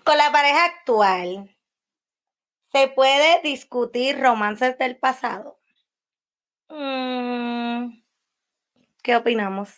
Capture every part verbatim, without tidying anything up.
Con la pareja actual, ¿se puede discutir romances del pasado? Mm, ¿Qué opinamos?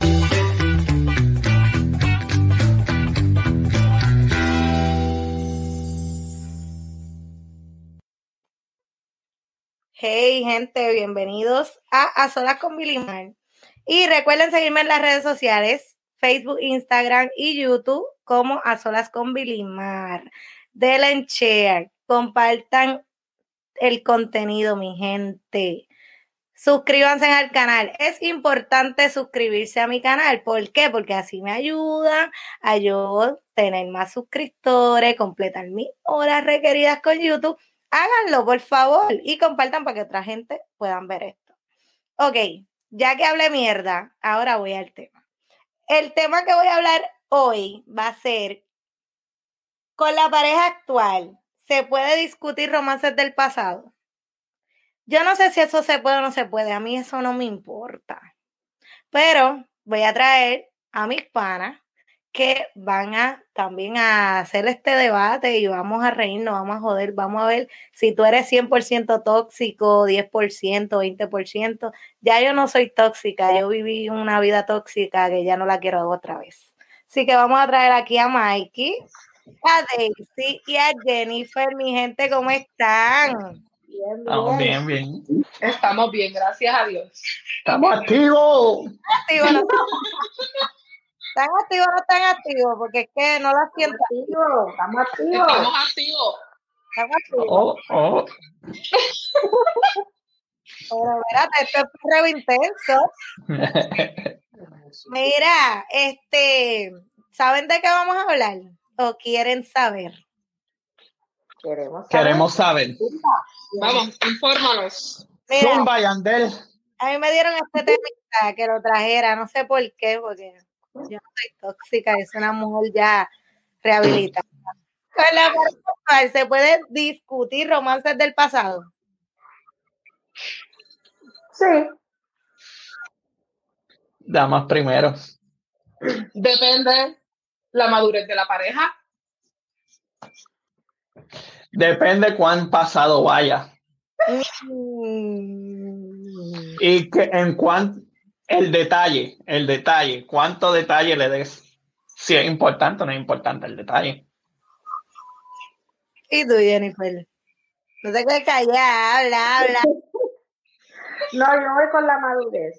Hey, gente, bienvenidos a A Solas con Bilimar. Y recuerden seguirme en las redes sociales, Facebook, Instagram y YouTube como A Solas con Bilimar. Denle en share, compartan el contenido, mi gente. Suscríbanse al canal. Es importante suscribirse a mi canal. ¿Por qué? Porque así me ayuda a yo tener más suscriptores, completar mis horas requeridas con YouTube. Háganlo, por favor, y compartan para que otra gente puedan ver esto. Ok, ya que hablé mierda, ahora voy al tema. El tema que voy a hablar hoy va a ser: con la pareja actual, ¿se puede discutir romances del pasado? Yo no sé si eso se puede o no se puede, a mí eso no me importa. Pero voy a traer a mis panas que van a también a hacer este debate y vamos a reírnos, vamos a joder, vamos a ver si tú eres cien por ciento tóxico, diez por ciento, veinte por ciento. Ya yo no soy tóxica, yo viví una vida tóxica que ya no la quiero otra vez. Así que vamos a traer aquí a Mikey, a Daisy y a Jennifer. Mi gente, ¿cómo están? Bien, Estamos bien. bien, bien. Estamos bien, gracias a Dios. Estamos activos. ¿Activos no? ¿Están activos o no están activos? Porque es que no las siento. Activo, estamos activos. Estamos activos. Estamos activos. Oh, oh. Pero espérate, esto es perreo intenso. Mira, este, ¿saben de qué vamos a hablar? ¿O quieren saber? Queremos saber. Queremos saber. Vamos, infórmanos. Mira, Zumba y Andel. a mí me dieron este tema que lo trajera, no sé por qué, porque yo no soy tóxica, es una mujer ya rehabilitada. Con la pareja actual, ¿se puede discutir romances del pasado? Sí. Damas primero. Depende la madurez de la pareja. Depende cuán pasado vaya. Mm. Y que en cuán el detalle, el detalle, cuánto detalle le des. Si es importante o no es importante el detalle. ¿Y tú, Jennifer? No te quedes callada, habla, habla. No, yo voy con la madurez.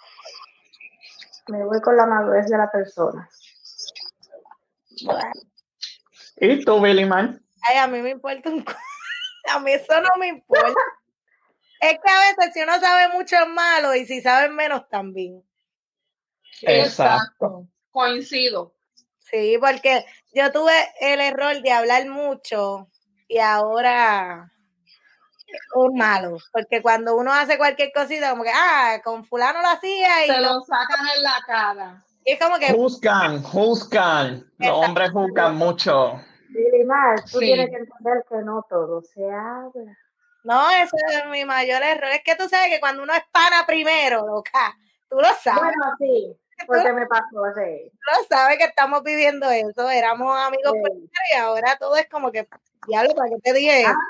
Me voy con la madurez de la persona. Bueno. ¿Y tú, Billy Man? Ay, a mí me importa un... A mí eso no me importa. Es que a veces si uno sabe mucho es malo y si sabe menos también. Exacto. Coincido. Sí, porque yo tuve el error de hablar mucho y ahora es malo. Porque cuando uno hace cualquier cosita, como que, ah, con fulano lo hacía y Se lo... lo sacan en la cara. Y es como que... Juzgan, juzgan. Los hombres juzgan mucho. Bilimar, tú Sí. tienes que entender que no todo se habla. No, ese es mi mayor error. Es que tú sabes que cuando uno es pana primero, loca, tú lo sabes. Bueno, sí, porque me pasó así. Tú lo sabes que estamos viviendo eso. Éramos amigos Sí. primero y ahora todo es como que, diablo, ¿para qué te dije eso?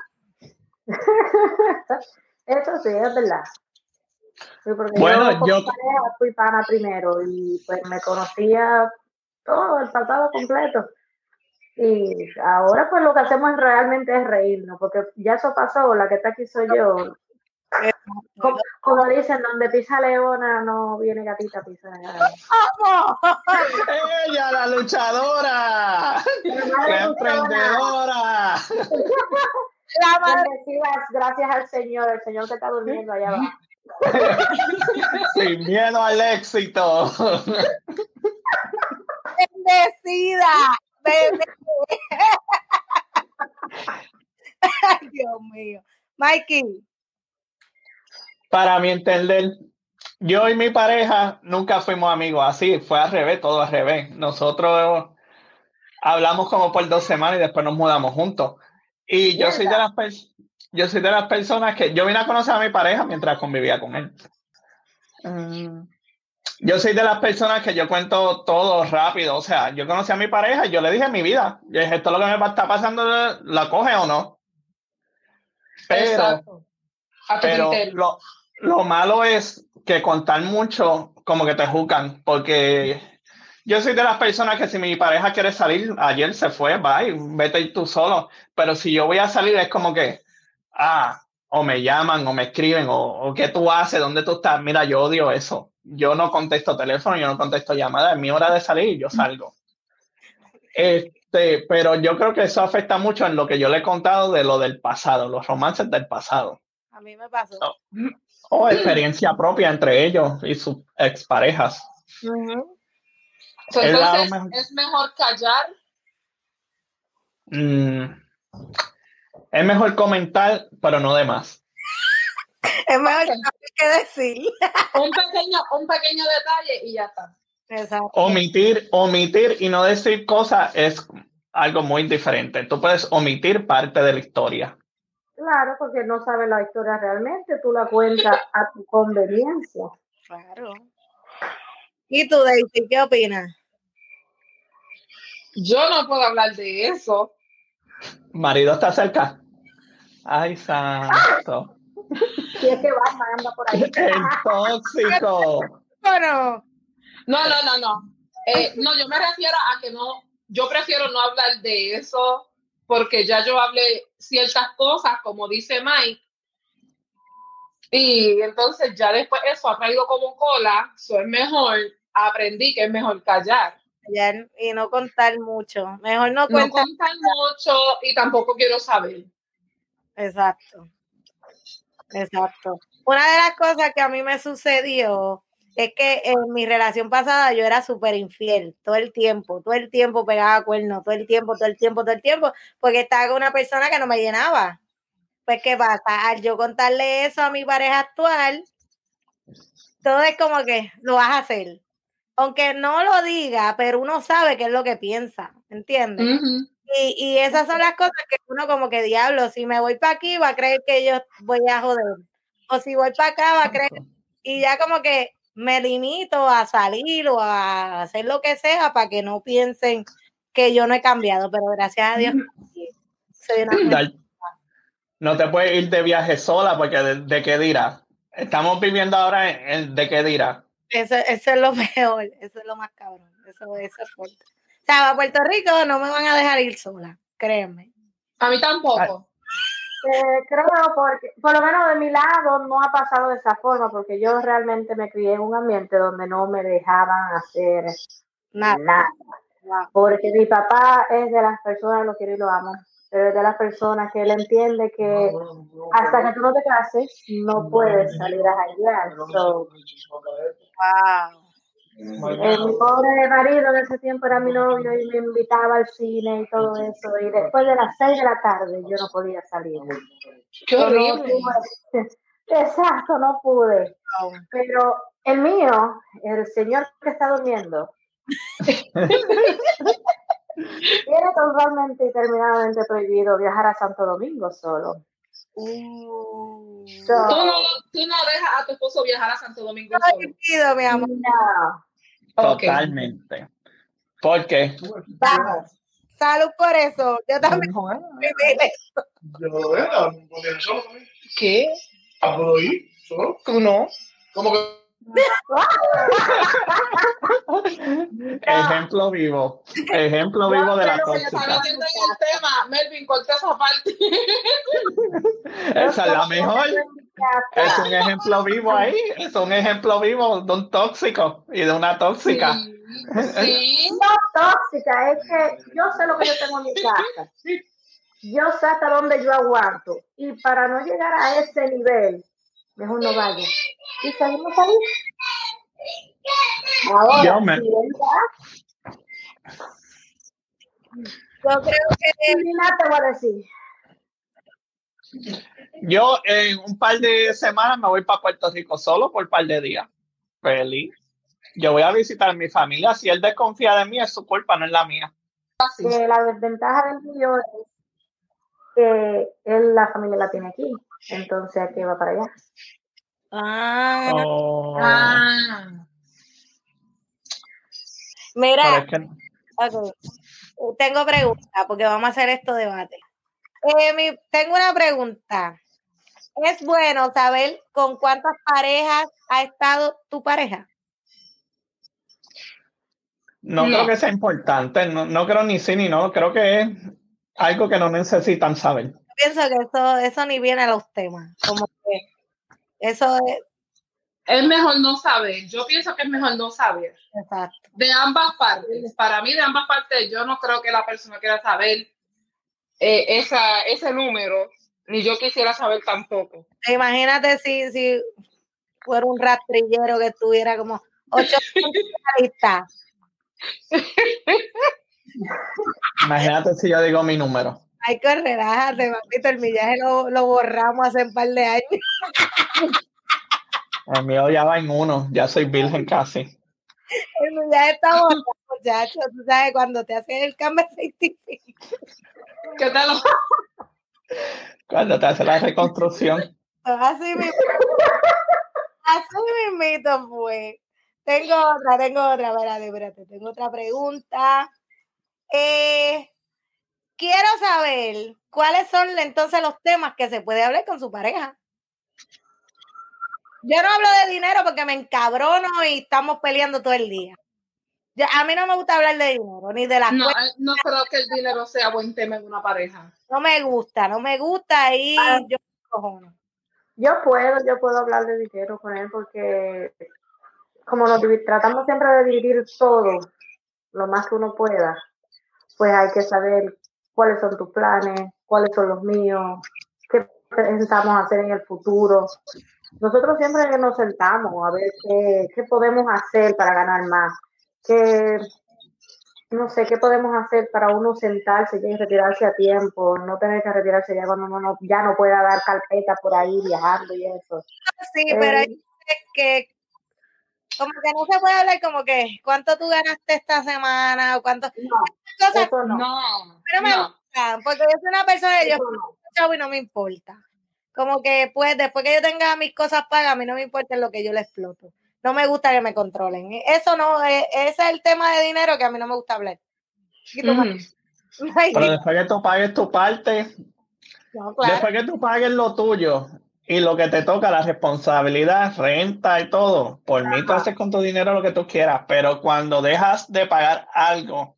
Eso sí, es verdad. Sí, porque Bueno, yo con yo- mi pareja fui pana primero y pues me conocía todo el pasado completo. Y ahora pues lo que hacemos realmente es reírnos, porque ya eso pasó, la que está aquí soy yo. Como, como dicen, donde pisa leona no viene gatita pisa. ¡Ella, la luchadora! ¡Qué emprendedora! La madre... Bendecidas, gracias al Señor, el Señor que está durmiendo allá abajo. Sin miedo al éxito. Bendecida. Bendecida. Ay, Dios mío. Mikey. Para mi entender, yo y mi pareja nunca fuimos amigos así, fue al revés, todo al revés. Nosotros hablamos como por dos semanas y después nos mudamos juntos. Y yo soy de las pers- yo soy de las personas que yo vine a conocer a mi pareja mientras convivía con él. Mm. Yo soy de las personas que yo cuento todo rápido. O sea, yo conocí a mi pareja y yo le dije mi vida. Yo dije, esto es lo que me está pasando, ¿la coge o no? Pero, Exacto. A tu pero criterio. lo, lo malo es que contar mucho como que te juzgan. Porque yo soy de las personas que si mi pareja quiere salir, ayer se fue, bye, vete tú solo. Pero si yo voy a salir es como que, ah, o me llaman o me escriben o, o qué tú haces, dónde tú estás. Mira, yo odio eso. Yo no contesto teléfono, yo no contesto llamadas. Es mi hora de salir y yo salgo. Este, pero yo creo que eso afecta mucho en lo que yo le he contado de lo del pasado, los romances del pasado. A mí me pasó. O, o experiencia propia entre ellos y sus exparejas. Uh-huh. So, El lado entonces, mejor. es mejor callar. Mm, es mejor comentar, pero no de más. Es mejor Ok. saber qué decir. Un pequeño, un pequeño detalle y ya está. Exacto. Omitir, omitir y no decir cosas es algo muy diferente. Tú puedes omitir parte de la historia. Claro, porque no sabes la historia realmente, tú la cuentas a tu conveniencia. Claro. ¿Y tú, Daisy, qué opinas? Yo no puedo hablar de eso. Marido está cerca. Ay, santo. Si es que Batman anda por ahí. El tóxico. Bueno, No, no, no, no. Eh, no, yo me refiero a que no, yo prefiero no hablar de eso porque ya yo hablé ciertas cosas, como dice Mike, y entonces ya después eso ha traído como cola, eso es mejor, aprendí que es mejor callar. callar y no contar mucho. Mejor no No cuentar. contar mucho y tampoco quiero saber. Exacto. Exacto. Una de las cosas que a mí me sucedió es que en mi relación pasada yo era súper infiel todo el tiempo, todo el tiempo pegaba cuernos, todo el tiempo, todo el tiempo, todo el tiempo, porque estaba con una persona que no me llenaba. Pues, ¿qué pasa? Al yo contarle eso a mi pareja actual, todo es como que lo vas a hacer. Aunque no lo diga, pero uno sabe qué es lo que piensa, ¿entiendes? Uh-huh. Y, y esas son las cosas que uno como que, diablo, si me voy para aquí va a creer que yo voy a joder. O si voy para acá va a creer, y ya como que me limito a salir o a hacer lo que sea para que no piensen que yo no he cambiado, pero gracias a Dios soy una mujer. No te puedes ir de viaje sola porque de, de qué dirá. Estamos viviendo ahora en, en de qué dirá. Eso, eso es lo peor, eso es lo más cabrón, eso, eso es fuerte. O sea, a Puerto Rico no me van a dejar ir sola, créeme. A mí tampoco. Eh, creo porque, por lo menos de mi lado, no ha pasado de esa forma, porque yo realmente me crié en un ambiente donde no me dejaban hacer nada. nada. Wow. Porque mi papá es de las personas, lo quiero y lo amo, pero es de las personas que él entiende que hasta que tú no te cases, no puedes salir a janguear. So, wow. Eh, mi pobre marido en ese tiempo era mi novio y me invitaba al cine y todo eso, y después de las seis de la tarde yo no podía salir. ¡Qué horrible! No pude. Exacto, no pude. Pero el mío, el señor que está durmiendo, tiene totalmente y terminadamente prohibido viajar a Santo Domingo solo. Uh, so, ¿Tú, no, tú no dejas a tu esposo viajar a Santo Domingo no, solo. Sentido, mi amor. No. Totalmente. ¿Por qué? Vamos. Salud por eso. Yo también. Yo lo veo, porque solo también. ¿Qué? ¿Ah, puedo ir? ¿Solo? ¿Tú no? ¿Cómo que? Ejemplo vivo. Ejemplo Yo vivo de la creo que tóxica. Está metiendo en el tema. Melvin, corta esa parte. Esa es la mejor. Es un ejemplo vivo ahí. Es un ejemplo vivo de un tóxico y de una tóxica. Sí, sí. No tóxica, es que yo sé lo que yo tengo en mi casa. Yo sé hasta dónde yo aguanto. Y para no llegar a ese nivel, mejor no vaya. ¿Y seguimos ahí? Ahora, Yo me- si él va, Yo creo que ni nada te voy a decir. Yo en un par de semanas me voy para Puerto Rico solo por un par de días. Feliz. Yo voy a visitar a mi familia. Si él desconfía de mí, es su culpa, no es la mía. Que la desventaja del mío es que él la familia la tiene aquí. Entonces, ¿a qué va para allá? Ah, Oh. Ah. Mira, es que, okay. Tengo pregunta porque vamos a hacer esto debate. Eh, mi, tengo una pregunta. ¿Es bueno saber con cuántas parejas ha estado tu pareja? no, No. creo que sea importante, no, no creo ni sí ni no, creo que es algo que no necesitan saber. Yo pienso que eso, eso ni viene a los temas, como que eso es... Es mejor no saber, yo pienso que es mejor no saber. Exacto. De ambas partes, para mí de ambas partes, yo no creo que la persona quiera saber eh, esa, ese número, ni yo quisiera saber tampoco. Imagínate si, si fuera un rastrillero que tuviera como ocho listas. Imagínate si yo digo mi número. Hay que relájate, papito, el millaje lo, lo borramos hace un par de años. El mío ya va en uno, ya soy virgen casi. El millaje está borrado, muchachos. Tú sabes, cuando te hacen el cambio científico. ¿Qué tal? Cuando te hace la reconstrucción. Así mismo. Así mismito fue. Tengo otra, tengo otra, espérate, espérate, tengo otra pregunta. Eh, quiero saber cuáles son entonces los temas que se puede hablar con su pareja. Yo no hablo de dinero porque me encabrono y estamos peleando todo el día. Yo, a mí no me gusta hablar de dinero, ni de las No, cuentas. no creo que el dinero sea buen tema en una pareja. No me gusta, no me gusta y Ah. yo me cojono. Yo puedo, yo puedo hablar de dinero con él porque como nos divi- tratamos siempre de dividir todo lo más que uno pueda, pues hay que saber cuáles son tus planes, cuáles son los míos, qué pensamos hacer en el futuro. Nosotros siempre nos sentamos a ver qué, qué podemos hacer para ganar más, qué, no sé, qué podemos hacer para uno sentarse y retirarse a tiempo, no tener que retirarse ya cuando uno no, ya no pueda dar carpeta por ahí viajando y eso. Sí, Eh, pero hay veces que como que no se puede hablar como que cuánto tú ganaste esta semana o cuánto no, cosas eso no. No, pero me no. gustan, porque yo soy una persona, yo Eso soy no. chavo y no me importa. Como que pues después que yo tenga mis cosas pagas, a mí no me importa lo que yo le exploto. No me gusta que me controlen. Eso no, eh, ese es el tema de dinero que a mí no me gusta hablar. Y tú, Ujú. ay, Pero después que tú pagues tu parte, no, claro. después que tú pagues lo tuyo y lo que te toca, la responsabilidad, renta y todo, por mí tú haces con tu dinero lo que tú quieras, pero cuando dejas de pagar algo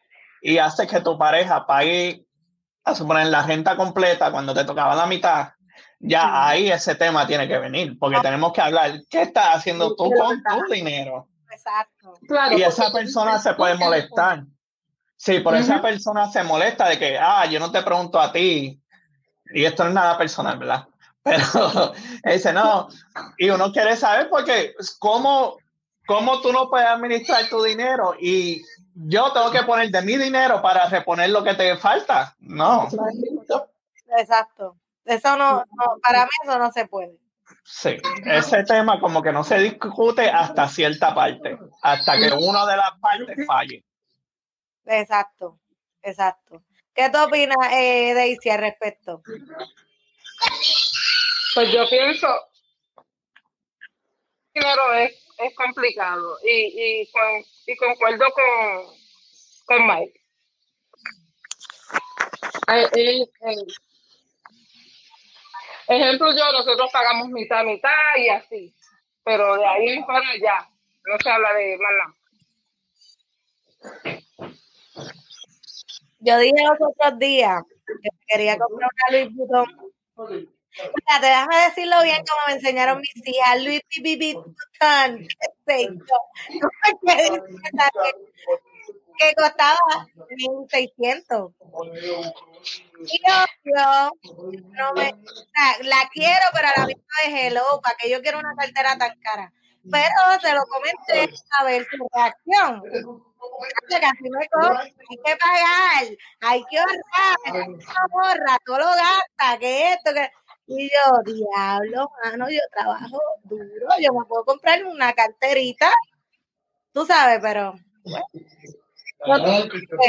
y haces que tu pareja pague, a suponer, la renta completa cuando te tocaba la mitad, ya Sí. ahí ese tema tiene que venir, porque No. tenemos que hablar, ¿qué estás haciendo tú ¿Qué es lo con que está? tu dinero? Exacto. Claro, Y esa porque persona se puede molestar. Sí, por esa Ujú. persona se molesta de que, ah, yo no te pregunto a ti, y esto no es nada personal, ¿verdad? Pero dice, no, y uno quiere saber porque cómo, cómo tú no puedes administrar tu dinero y yo tengo que poner de mi dinero para reponer lo que te falta. No. Exacto. Eso no, no, para mí eso no se puede. Sí, ese tema como que no se discute hasta cierta parte, hasta que una de las partes falle. Exacto, exacto. ¿Qué tú opinas, eh, Daisy, al respecto? Pues yo pienso que dinero es, es complicado y, y, con, y concuerdo con, con Mike. Eh, eh, eh, ejemplo yo, nosotros pagamos mitad, mitad y así, pero de ahí en fuera ya, no se habla de más nada. Yo dije los otros días que quería comprar una Louis Vuitton. Espérate, déjame decirlo bien como me enseñaron mis hijas. Louis Vuitton, qué sé yo. ¿Cómo es que dice esa que, que costaba mil seiscientos? Y yo, yo no me, o sea, la quiero, pero a la misma vez hello, ¿para que yo quiero una cartera tan cara? Pero se lo comenté a ver su reacción. Que así me compro, hay que pagar, hay que ahorrar, no ahorra, todo lo gasta, que esto, que... Y yo, diablo, mano, yo trabajo duro, yo me puedo comprar una carterita, tú sabes, pero bueno. No,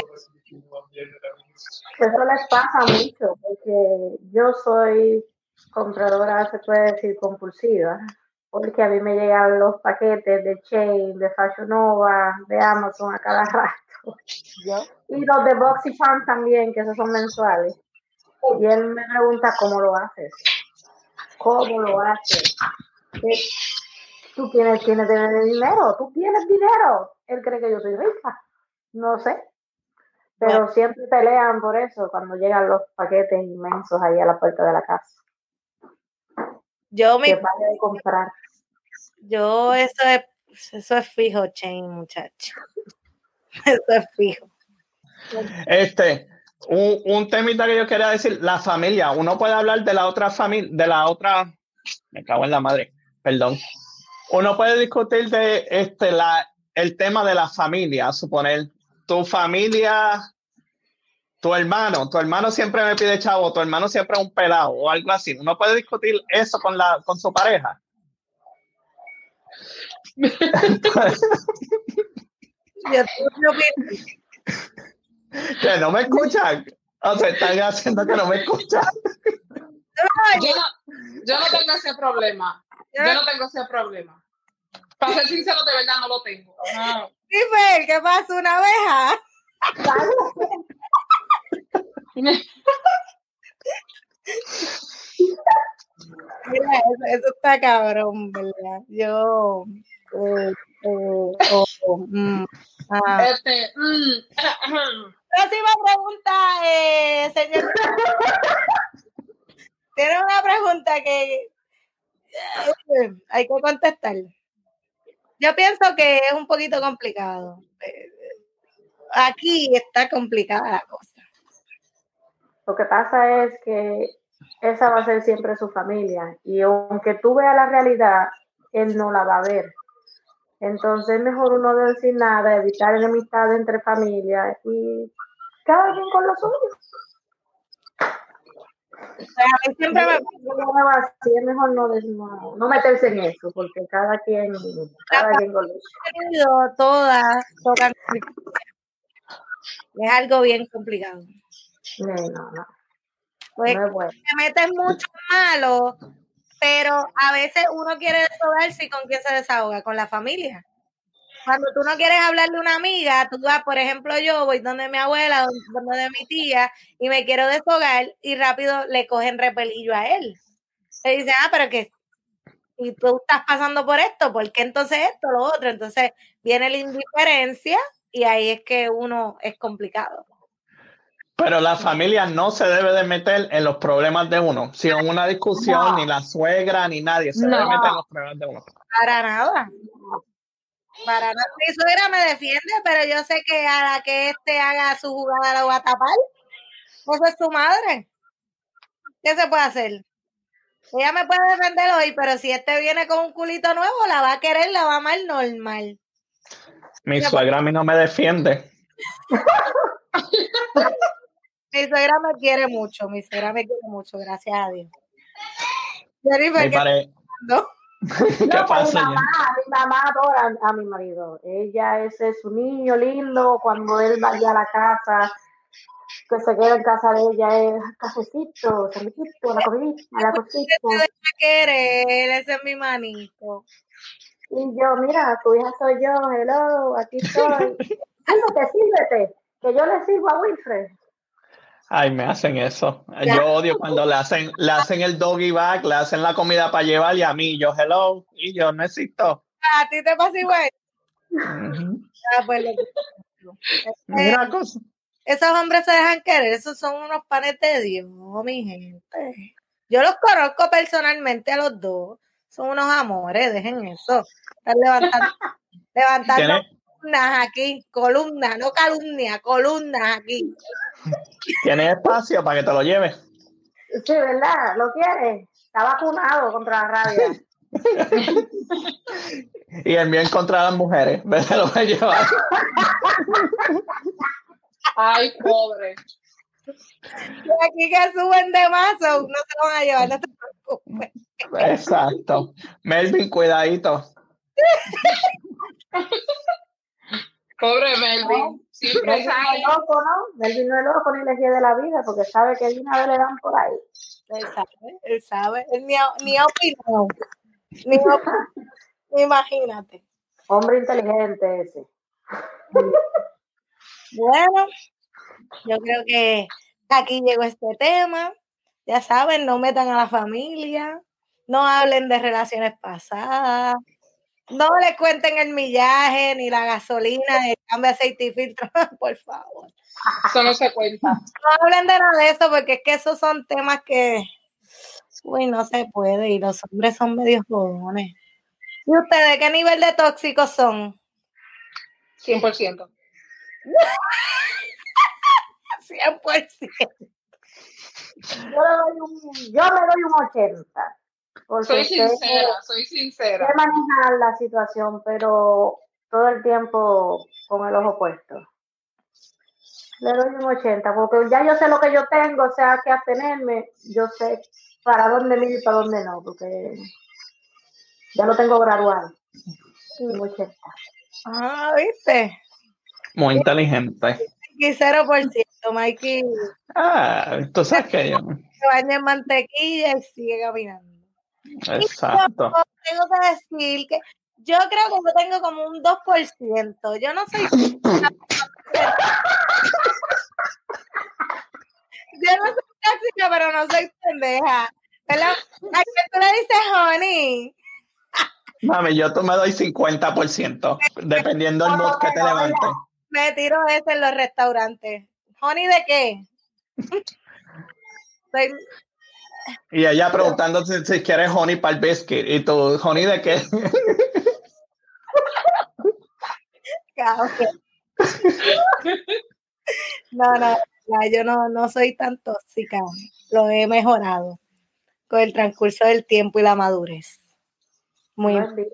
Eso les pasa mucho, porque yo soy compradora, se puede decir, compulsiva. porque a mí me llegan los paquetes de Shein, de Fashion Nova, de Amazon a cada rato. Yo, Y los de Boxy Charm también, que esos son mensuales. Y él me pregunta, ¿cómo lo haces? ¿Cómo lo haces? ¿Qué- ¿Tú tienes, tienes de dinero? ¿Tú tienes dinero? Él cree que yo soy rica. No sé. Pero bueno, siempre pelean por eso cuando llegan los paquetes inmensos ahí a la puerta de la casa. yo, Que mi, vaya de comprar. yo eso es, eso es fijo, Chain, muchacho. Eso es fijo. Este, un, un temita que yo quería decir, la familia. Uno puede hablar de la otra familia, de la otra, me cago en la madre, perdón. Uno puede discutir de este la el tema de la familia, suponer tu familia, tu hermano, tu hermano siempre me pide chavo, tu hermano siempre es un pelado o algo así. Uno puede discutir eso con la con su pareja. Yo tengo mi opinión. Que no me escuchan. O sea, están haciendo que no me escuchan. Yo no, yo no tengo ese problema. Yo no tengo ese problema. Para ser sincero, de verdad no lo tengo. No. Sí, Fer, ¿qué pasa? ¿Una abeja? Mira, eso, eso está cabrón, ¿verdad? Yo. eh, eh, oh, oh, mm, ah. Este, mm, Próxima pregunta, eh, señor. Tiene una pregunta que eh, hay que contestar. Yo pienso que es un poquito complicado. Eh, Aquí está complicada la cosa. Lo que pasa es que esa va a ser siempre su familia. Y aunque tú veas la realidad, él no la va a ver. Entonces es mejor uno no decir nada, evitar enemistades entre familias y cada quien con lo suyo. Pues a mí siempre me Así es mejor no, no, no meterse en eso, porque cada quien, cada quien con lo suyo. ha todas tocan. Es algo bien complicado. No, no, no. Pues No es bueno. te metes mucho malo, pero a veces uno quiere desahogarse y ¿con quién se desahoga? Con la familia. Cuando tú no quieres hablarle a una amiga, tú vas, por ejemplo, yo voy donde mi abuela, donde mi tía, y me quiero desahogar y rápido le cogen repelillo a él. Le dicen, ah, pero que y tú estás pasando por esto, ¿por qué entonces esto, lo otro? Entonces viene la indiferencia y ahí es que uno es complicado. Pero la familia no se debe de meter en los problemas de uno. Si en una discusión, No. ni la suegra, ni nadie se No. debe meter en los problemas de uno. Para nada. Para nada. Mi suegra me defiende, pero yo sé que a la que este haga su jugada la va a tapar. Eso es su madre. ¿Qué se puede hacer? Ella me puede defender hoy, pero si este viene con un culito nuevo, la va a querer, la va a amar normal. Mi suegra a mí no me defiende. Mi suegra me quiere mucho, mi suegra me quiere mucho, gracias a Dios. Jennifer, Mi ¿qué pare... ¿no? ¿Qué No, pasa? mi mamá, mi mamá adora a mi marido. Ella ese es su niño lindo. Cuando él vaya a la casa, que se queda en casa de ella, es cafecito, cervecito, la comidita, la cosita. Querer, ese es mi manito. Y yo, mira, tu hija soy yo, hello, aquí estoy. Sírvete, sírvete, que yo le sirvo a Wilfred. Ay, me hacen eso. Yo odio cuando le hacen, le hacen el doggy bag, le hacen la comida para llevar y a mí, yo, hello, y yo no existo. ¿A ti te pasa igual? Uh-huh. Ah, pues lo que... Mira cosa. Esos hombres se dejan querer, esos son unos panes de Dios, mi gente. Yo los conozco personalmente a los dos, son unos amores, dejen eso. Están levantando, levantando columnas aquí, columnas, no calumnia, columnas aquí. ¿Tienes espacio para que te lo lleves? Sí, ¿verdad? ¿Lo quieres? Está vacunado contra la rabia. Y el mío en contra de las mujeres. Vete, lo voy a llevar. Ay, pobre. Y aquí que suben de más, no se lo van a llevar, no te preocupes. Exacto. Melvin, cuidadito. Pobre Melvin. Siempre Melvin no es loco, ¿no? Melvin no es loco ni le de la vida porque sabe que de una vez le dan por ahí. Él sabe, él sabe, él ni, ni opinó. Ni, imagínate. Hombre inteligente ese. Bueno, yo creo que aquí llegó este tema. Ya saben, no metan a la familia, no hablen de relaciones pasadas, no le cuenten el millaje, ni la gasolina, ni el cambio de aceite y filtro, por favor. Eso no se cuenta. No hablen de nada de eso, porque es que esos son temas que, uy, no se puede, y los hombres son medios jodones. ¿Y ustedes qué nivel de tóxicos son? cien por ciento. cien por ciento. Yo, le doy un, yo le doy un ochenta. Soy sincera, soy sincera. Sé manejar la situación, pero todo el tiempo con el ojo puesto. Le doy un ochenta, porque ya yo sé lo que yo tengo, o sea, que abstenerme, yo sé para dónde ir y para dónde no, porque ya lo tengo graduado. Un ochenta. Ah, ¿viste? Muy inteligente. Y cero por ciento, Mikey. Ah, tú sabes que yo. Se baña en mantequilla y sigue caminando. Exacto. Y yo tengo que decir que yo creo que yo tengo como un dos por ciento. Yo no soy. Yo no soy tóxica, pero no soy pendeja. ¿Verdad? ¿A qué tú le dices, honey? Mami, yo tú me doy cincuenta por ciento, dependiendo del mood que te levantes. Me tiro ese en los restaurantes. ¿Honey de qué? Soy... Y ella preguntando si, si quieres honey para el biscuit. ¿Y tú, honey de qué? No, no, yo no, no soy tan tóxica. Lo he mejorado con el transcurso del tiempo y la madurez. Muy No es vida.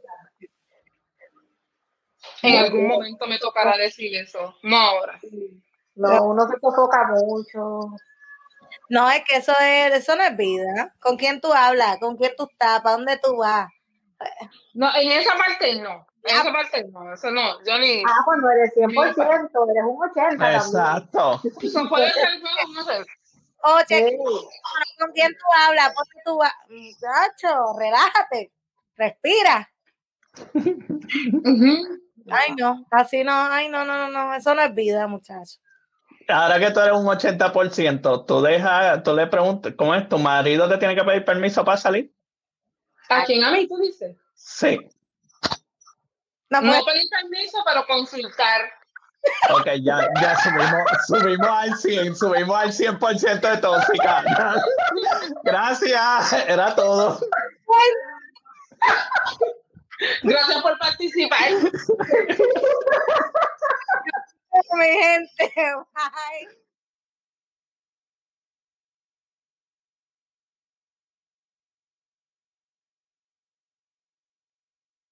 En algún momento me tocará decir eso, no ahora. No, uno se sofoca mucho. No, es que eso es, eso no es vida. ¿Con quién tú hablas? ¿Con quién tú estás? ¿Para dónde tú vas? No, en esa parte no. En esa parte no, eso no. Yo ni. Ah, pues no eres cien por ciento, eres un ochenta. Exacto. Eso puede ser, no sé. Oye, sí. ¿Con quién tú hablas? ¿Por qué tú vas? Muchacho, relájate, respira. Uh-huh. Ay, no, así no, ay, no, no, no, no, eso no es vida, muchacho. Ahora que tú eres un ochenta por ciento, tú dejas, tú le preguntas, ¿cómo es? ¿Tu marido te tiene que pedir permiso para salir? ¿A quién? ¿A mí tú dices? Sí. No, no pues, pedir permiso, pero consultar. Ok, ya, ya subimos, subimos al cien, subimos al cien por ciento de tóxica. Gracias, era todo. Gracias por participar. mi gente, bye.